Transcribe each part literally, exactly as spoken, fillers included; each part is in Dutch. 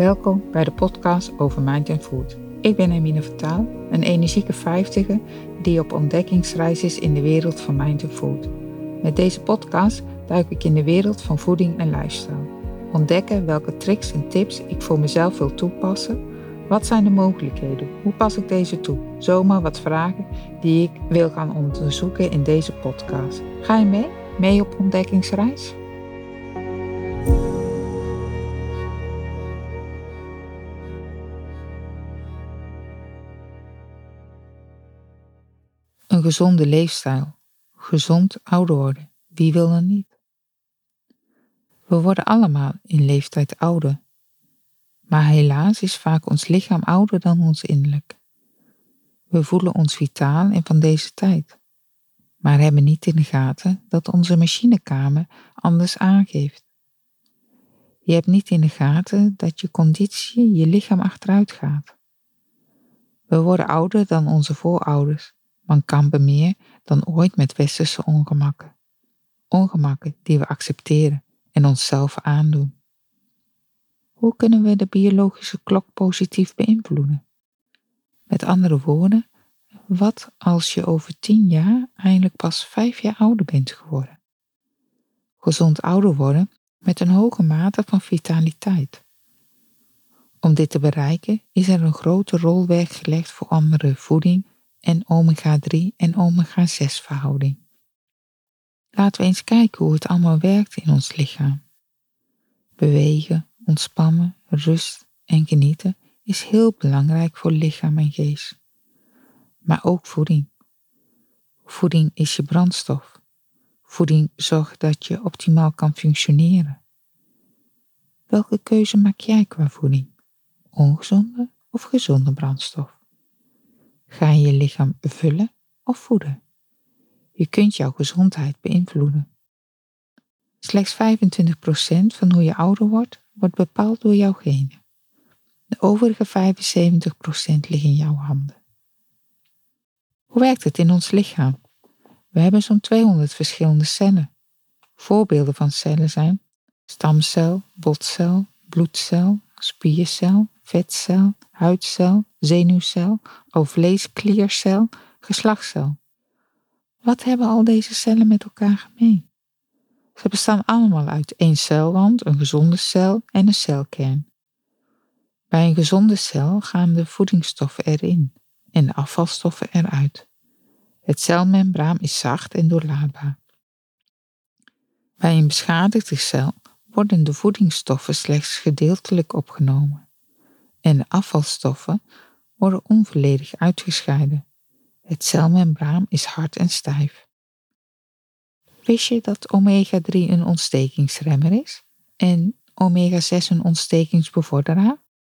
Welkom bij de podcast over Mind and Food. Ik ben Hermine Vertaal, een energieke vijftiger die op ontdekkingsreis is in de wereld van Mind and Food. Met deze podcast duik ik in de wereld van voeding en lifestyle. Ontdekken welke tricks en tips ik voor mezelf wil toepassen. Wat zijn de mogelijkheden? Hoe pas ik deze toe? Zomaar wat vragen die ik wil gaan onderzoeken in deze podcast. Ga je mee? Mee op ontdekkingsreis? Een gezonde leefstijl. Gezond ouder worden. Wie wil dat niet? We worden allemaal in leeftijd ouder. Maar helaas is vaak ons lichaam ouder dan ons innerlijk. We voelen ons vitaal en van deze tijd. Maar hebben niet in de gaten dat onze machinekamer anders aangeeft. Je hebt niet in de gaten dat je conditie je lichaam achteruit gaat. We worden ouder dan onze voorouders. Maar kampen meer dan ooit met westerse ongemakken. Ongemakken die we accepteren en onszelf aandoen. Hoe kunnen we de biologische klok positief beïnvloeden? Met andere woorden, wat als je over tien jaar eindelijk pas vijf jaar ouder bent geworden? Gezond ouder worden met een hoge mate van vitaliteit. Om dit te bereiken is er een grote rol weggelegd voor andere voeding en omega drie en omega zes verhouding. Laten we eens kijken hoe het allemaal werkt in ons lichaam. Bewegen, ontspannen, rust en genieten is heel belangrijk voor lichaam en geest. Maar ook voeding. Voeding is je brandstof. Voeding zorgt dat je optimaal kan functioneren. Welke keuze maak jij qua voeding? Ongezonde of gezonde brandstof? Ga je je lichaam vullen of voeden? Je kunt jouw gezondheid beïnvloeden. Slechts vijfentwintig procent van hoe je ouder wordt, wordt bepaald door jouw genen. De overige vijfenzeventig procent liggen in jouw handen. Hoe werkt het in ons lichaam? We hebben zo'n tweehonderd verschillende cellen. Voorbeelden van cellen zijn stamcel, botcel, bloedcel, spiercel, vetcel, huidcel, zenuwcel, alvleeskliercel, geslachtscel. Wat hebben al deze cellen met elkaar gemeen? Ze bestaan allemaal uit één celwand, een gezonde cel en een celkern. Bij een gezonde cel gaan de voedingsstoffen erin en de afvalstoffen eruit. Het celmembraan is zacht en doorlaatbaar. Bij een beschadigde cel worden de voedingsstoffen slechts gedeeltelijk opgenomen en de afvalstoffen worden onvolledig uitgescheiden. Het celmembraan is hard en stijf. Wist je dat omega drie een ontstekingsremmer is en omega zes een ontstekingsbevorderaar?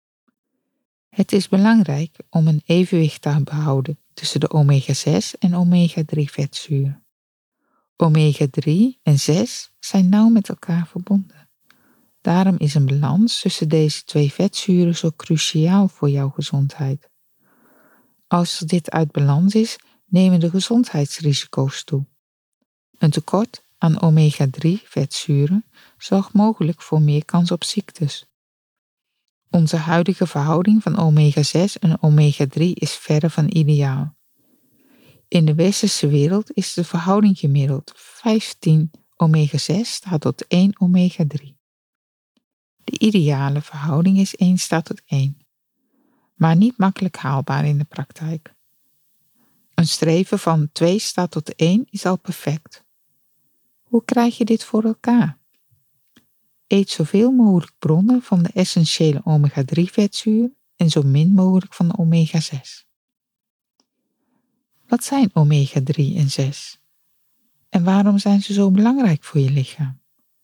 Het is belangrijk om een evenwicht te behouden tussen de omega zes en omega drie vetzuren. omega drie en zes zijn nauw met elkaar verbonden. Daarom is een balans tussen deze twee vetzuren zo cruciaal voor jouw gezondheid. Als dit uit balans is, nemen de gezondheidsrisico's toe. Een tekort aan omega drie vetzuren zorgt mogelijk voor meer kans op ziektes. Onze huidige verhouding van omega zes en omega drie is verre van ideaal. In de westerse wereld is de verhouding gemiddeld vijftien omega zes staat tot één omega drie. De ideale verhouding is één staat tot één, maar niet makkelijk haalbaar in de praktijk. Een streven van twee staat tot één is al perfect. Hoe krijg je dit voor elkaar? Eet zoveel mogelijk bronnen van de essentiële omega drie vetzuren en zo min mogelijk van de omega zes. Wat zijn omega drie en zes? En waarom zijn ze zo belangrijk voor je lichaam?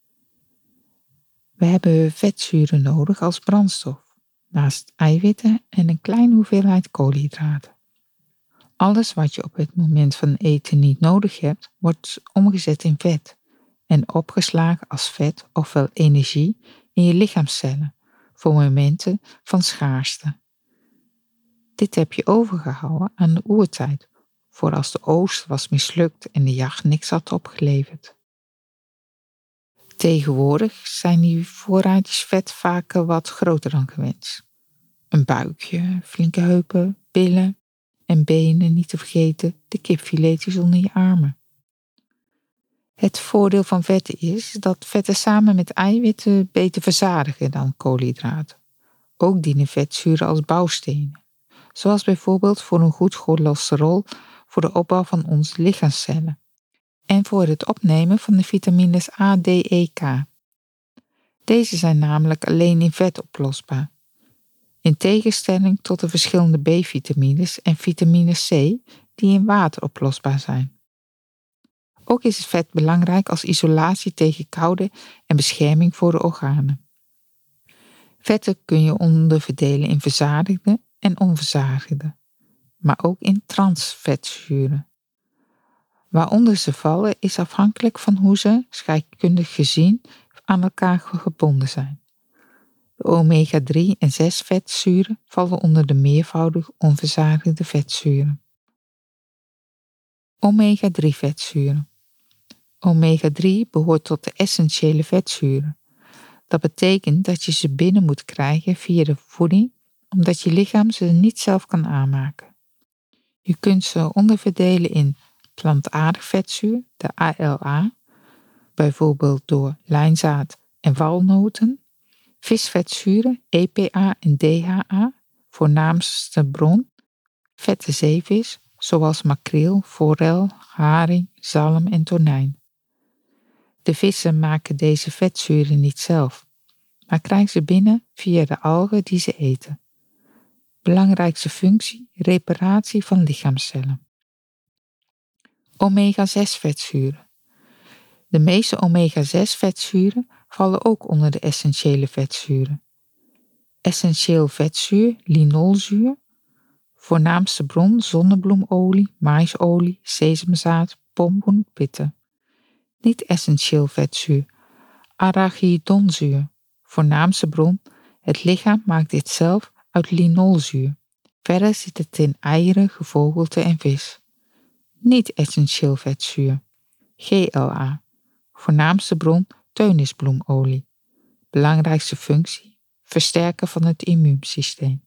We hebben vetzuren nodig als brandstof, naast eiwitten en een kleine hoeveelheid koolhydraten. Alles wat je op het moment van eten niet nodig hebt, wordt omgezet in vet en opgeslagen als vet ofwel energie in je lichaamscellen voor momenten van schaarste. Dit heb je overgehouden aan de oertijd, voor als de oogst was mislukt en de jacht niks had opgeleverd. Tegenwoordig zijn die voorraadjes vet vaak wat groter dan gewenst. Een buikje, flinke heupen, billen en benen, niet te vergeten de kipfiletjes onder je armen. Het voordeel van vetten is dat vetten samen met eiwitten beter verzadigen dan koolhydraten. Ook dienen vetzuren als bouwstenen, zoals bijvoorbeeld voor een goed cholesterol voor de opbouw van onze lichaamscellen en voor het opnemen van de vitamines A, D, E, K. Deze zijn namelijk alleen in vet oplosbaar, in tegenstelling tot de verschillende B-vitamines en vitamine C die in water oplosbaar zijn. Ook is het vet belangrijk als isolatie tegen koude en bescherming voor de organen. Vetten kun je onderverdelen in verzadigde en onverzadigde, maar ook in transvetzuren. Waaronder ze vallen is afhankelijk van hoe ze, scheikundig gezien, aan elkaar gebonden zijn. De omega drie en zes vetzuren vallen onder de meervoudig onverzadigde vetzuren. omega drie vetzuren. omega drie behoort tot de essentiële vetzuren. Dat betekent dat je ze binnen moet krijgen via de voeding, omdat je lichaam ze niet zelf kan aanmaken. Je kunt ze onderverdelen in plantaardig vetzuur, de A L A, bijvoorbeeld door lijnzaad en walnoten, visvetzuren, E P A en D H A, voornaamste bron, vette zeevis, zoals makreel, forel, haring, zalm en tonijn. De vissen maken deze vetzuren niet zelf, maar krijgen ze binnen via de algen die ze eten. Belangrijkste functie: reparatie van lichaamscellen. omega zes vetzuren. De meeste omega zes vetzuren vallen ook onder de essentiële vetzuren. Essentieel vetzuur, linolzuur, voornaamste bron zonnebloemolie, maïsolie, sesamzaad, pompoenpitten. Niet-essentieel vetzuur, arachidonzuur, voornaamste bron, het lichaam maakt dit zelf uit linolzuur. Verder zit het in eieren, gevogelte en vis. Niet-essentieel vetzuur, G L A, voornaamste bron teunisbloemolie. Belangrijkste functie: versterken van het immuunsysteem.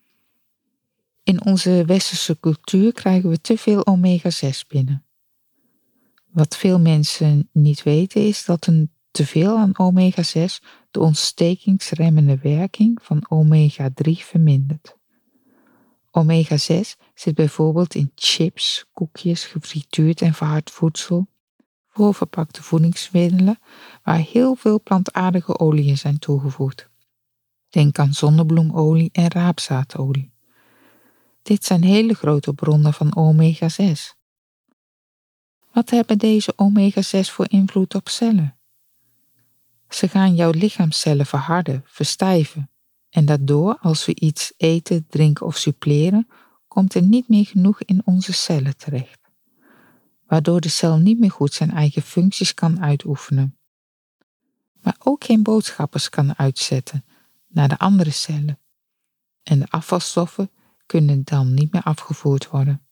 In onze westerse cultuur krijgen we te veel omega zes binnen. Wat veel mensen niet weten is dat een teveel aan omega zes de ontstekingsremmende werking van omega drie vermindert. omega zes zit bijvoorbeeld in chips, koekjes, gefrituurd en verhard voedsel, voorverpakte voedingsmiddelen waar heel veel plantaardige oliën zijn toegevoegd. Denk aan zonnebloemolie en raapzaadolie. Dit zijn hele grote bronnen van omega zes. Wat hebben deze omega zes voor invloed op cellen? Ze gaan jouw lichaamscellen verharden, verstijven. En daardoor, als we iets eten, drinken of suppleren, komt er niet meer genoeg in onze cellen terecht. Waardoor de cel niet meer goed zijn eigen functies kan uitoefenen. Maar ook geen boodschappers kan uitzetten naar de andere cellen. En de afvalstoffen kunnen dan niet meer afgevoerd worden.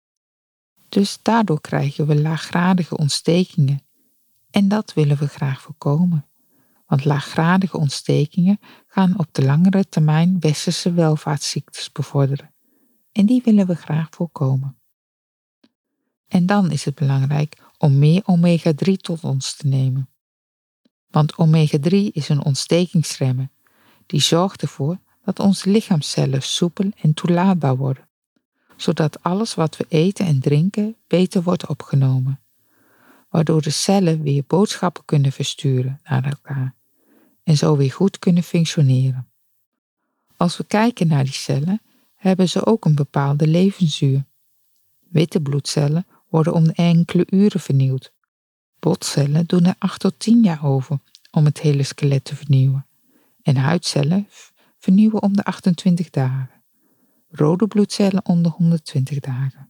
Dus daardoor krijgen we laaggradige ontstekingen. En dat willen we graag voorkomen. Want laaggradige ontstekingen gaan op de langere termijn westerse welvaartsziektes bevorderen. En die willen we graag voorkomen. En dan is het belangrijk om meer omega drie tot ons te nemen. Want omega drie is een ontstekingsremmer. Die zorgt ervoor dat onze lichaamscellen soepel en toelaatbaar worden. Zodat alles wat we eten en drinken beter wordt opgenomen. Waardoor de cellen weer boodschappen kunnen versturen naar elkaar. En zo weer goed kunnen functioneren. Als we kijken naar die cellen, hebben ze ook een bepaalde levensduur. Witte bloedcellen worden om enkele uren vernieuwd. Botcellen doen er acht tot tien jaar over om het hele skelet te vernieuwen. En huidcellen vernieuwen om de achtentwintig dagen. Rode bloedcellen om de honderdtwintig dagen.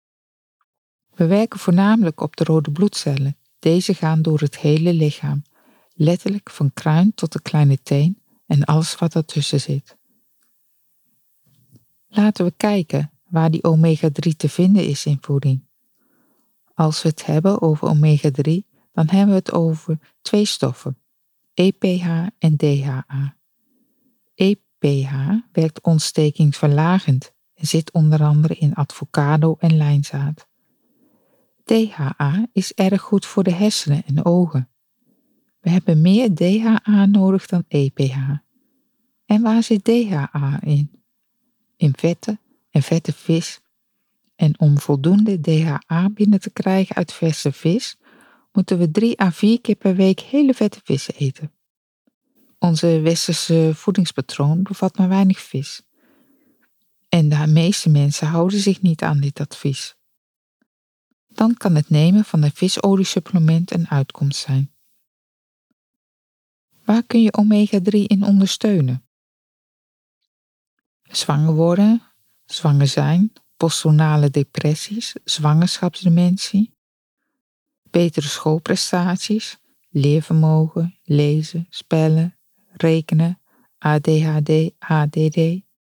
We werken voornamelijk op de rode bloedcellen. Deze gaan door het hele lichaam. Letterlijk van kruin tot de kleine teen en alles wat ertussen zit. Laten we kijken waar die omega drie te vinden is in voeding. Als we het hebben over omega drie, dan hebben we het over twee stoffen, E P H en D H A. E P H werkt ontstekingsverlagend en zit onder andere in avocado en lijnzaad. D H A is erg goed voor de hersenen en ogen. We hebben meer D H A nodig dan E P H. En waar zit D H A in? In vetten en vette vis. En om voldoende D H A binnen te krijgen uit verse vis, moeten we drie à vier keer per week hele vette vis eten. Onze westerse voedingspatroon bevat maar weinig vis. En de meeste mensen houden zich niet aan dit advies. Dan kan het nemen van een visoliesupplement een uitkomst zijn. Waar kun je omega drie in ondersteunen? Zwanger worden, zwanger zijn, postnatale depressies, zwangerschapsdementie, betere schoolprestaties, leervermogen, lezen, spellen, rekenen, A D H D, A D D,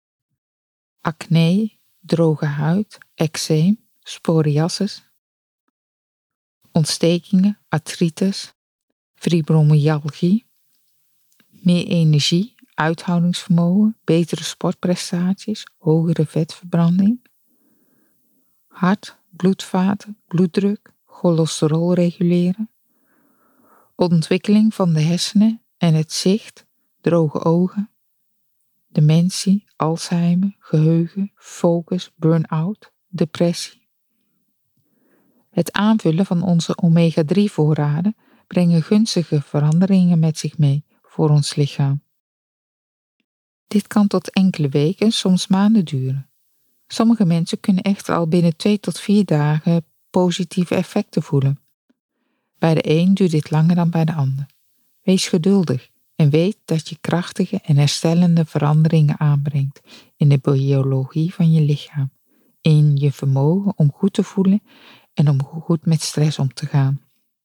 acne, droge huid, eczeem, psoriasis, ontstekingen, artritis, fibromyalgie, meer energie, uithoudingsvermogen, betere sportprestaties, hogere vetverbranding, hart, bloedvaten, bloeddruk, cholesterol reguleren, ontwikkeling van de hersenen en het zicht, droge ogen, dementie, Alzheimer, geheugen, focus, burn-out, depressie. Het aanvullen van onze omega drie voorraden brengen gunstige veranderingen met zich mee voor ons lichaam. Dit kan tot enkele weken, soms maanden duren. Sommige mensen kunnen echter al binnen twee tot vier dagen positieve effecten voelen. Bij de een duurt dit langer dan bij de ander. Wees geduldig en weet dat je krachtige en herstellende veranderingen aanbrengt in de biologie van je lichaam, in je vermogen om goed te voelen en om goed met stress om te gaan.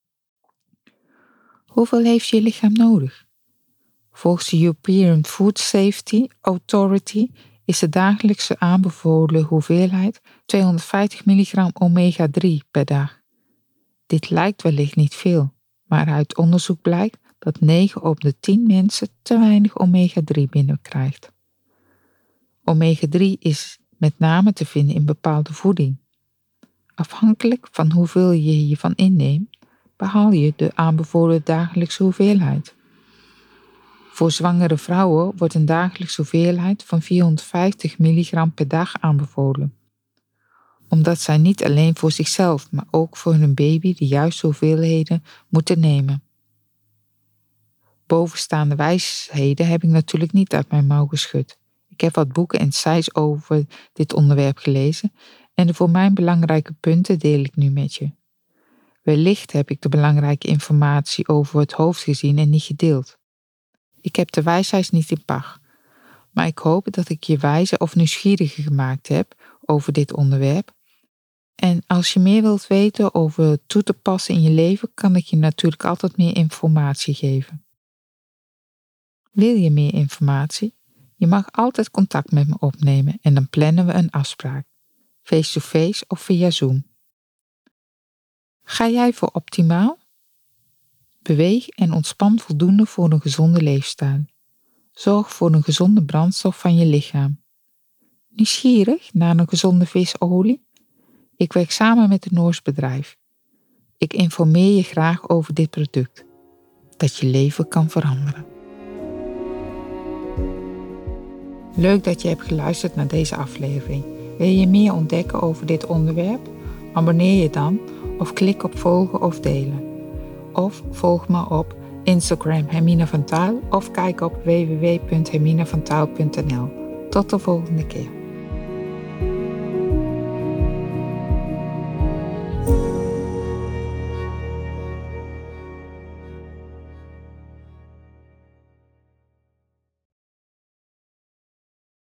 Hoeveel heeft je lichaam nodig? Volgens de European Food Safety Authority is de dagelijkse aanbevolen hoeveelheid tweehonderdvijftig milligram omega drie per dag. Dit lijkt wellicht niet veel, maar uit onderzoek blijkt dat negen op de tien mensen te weinig omega drie binnenkrijgt. omega drie is met name te vinden in bepaalde voeding. Afhankelijk van hoeveel je hiervan inneemt, behaal je de aanbevolen dagelijkse hoeveelheid. Voor zwangere vrouwen wordt een dagelijkse hoeveelheid van vierhonderdvijftig milligram per dag aanbevolen, omdat zij niet alleen voor zichzelf, maar ook voor hun baby de juiste hoeveelheden moeten nemen. Bovenstaande wijsheden heb ik natuurlijk niet uit mijn mouw geschud. Ik heb wat boeken en sites over dit onderwerp gelezen en de voor mij belangrijke punten deel ik nu met je. Wellicht heb ik de belangrijke informatie over het hoofd gezien en niet gedeeld. Ik heb de wijsheid niet in pacht, maar ik hoop dat ik je wijzer of nieuwsgieriger gemaakt heb over dit onderwerp. En als je meer wilt weten over het toe te passen in je leven, kan ik je natuurlijk altijd meer informatie geven. Wil je meer informatie? Je mag altijd contact met me opnemen en dan plannen we een afspraak, face-to-face of via Zoom. Ga jij voor optimaal? Beweeg en ontspan voldoende voor een gezonde leefstijl. Zorg voor een gezonde brandstof van je lichaam. Nieuwsgierig naar een gezonde visolie? Ik werk samen met een Noors bedrijf. Ik informeer je graag over dit product, dat je leven kan veranderen. Leuk dat je hebt geluisterd naar deze aflevering. Wil je meer ontdekken over dit onderwerp? Abonneer je dan of klik op volgen of delen. Of volg me op Instagram Hermine van Tuil of kijk op w w w punt hermine van tuil punt n l. Tot de volgende keer.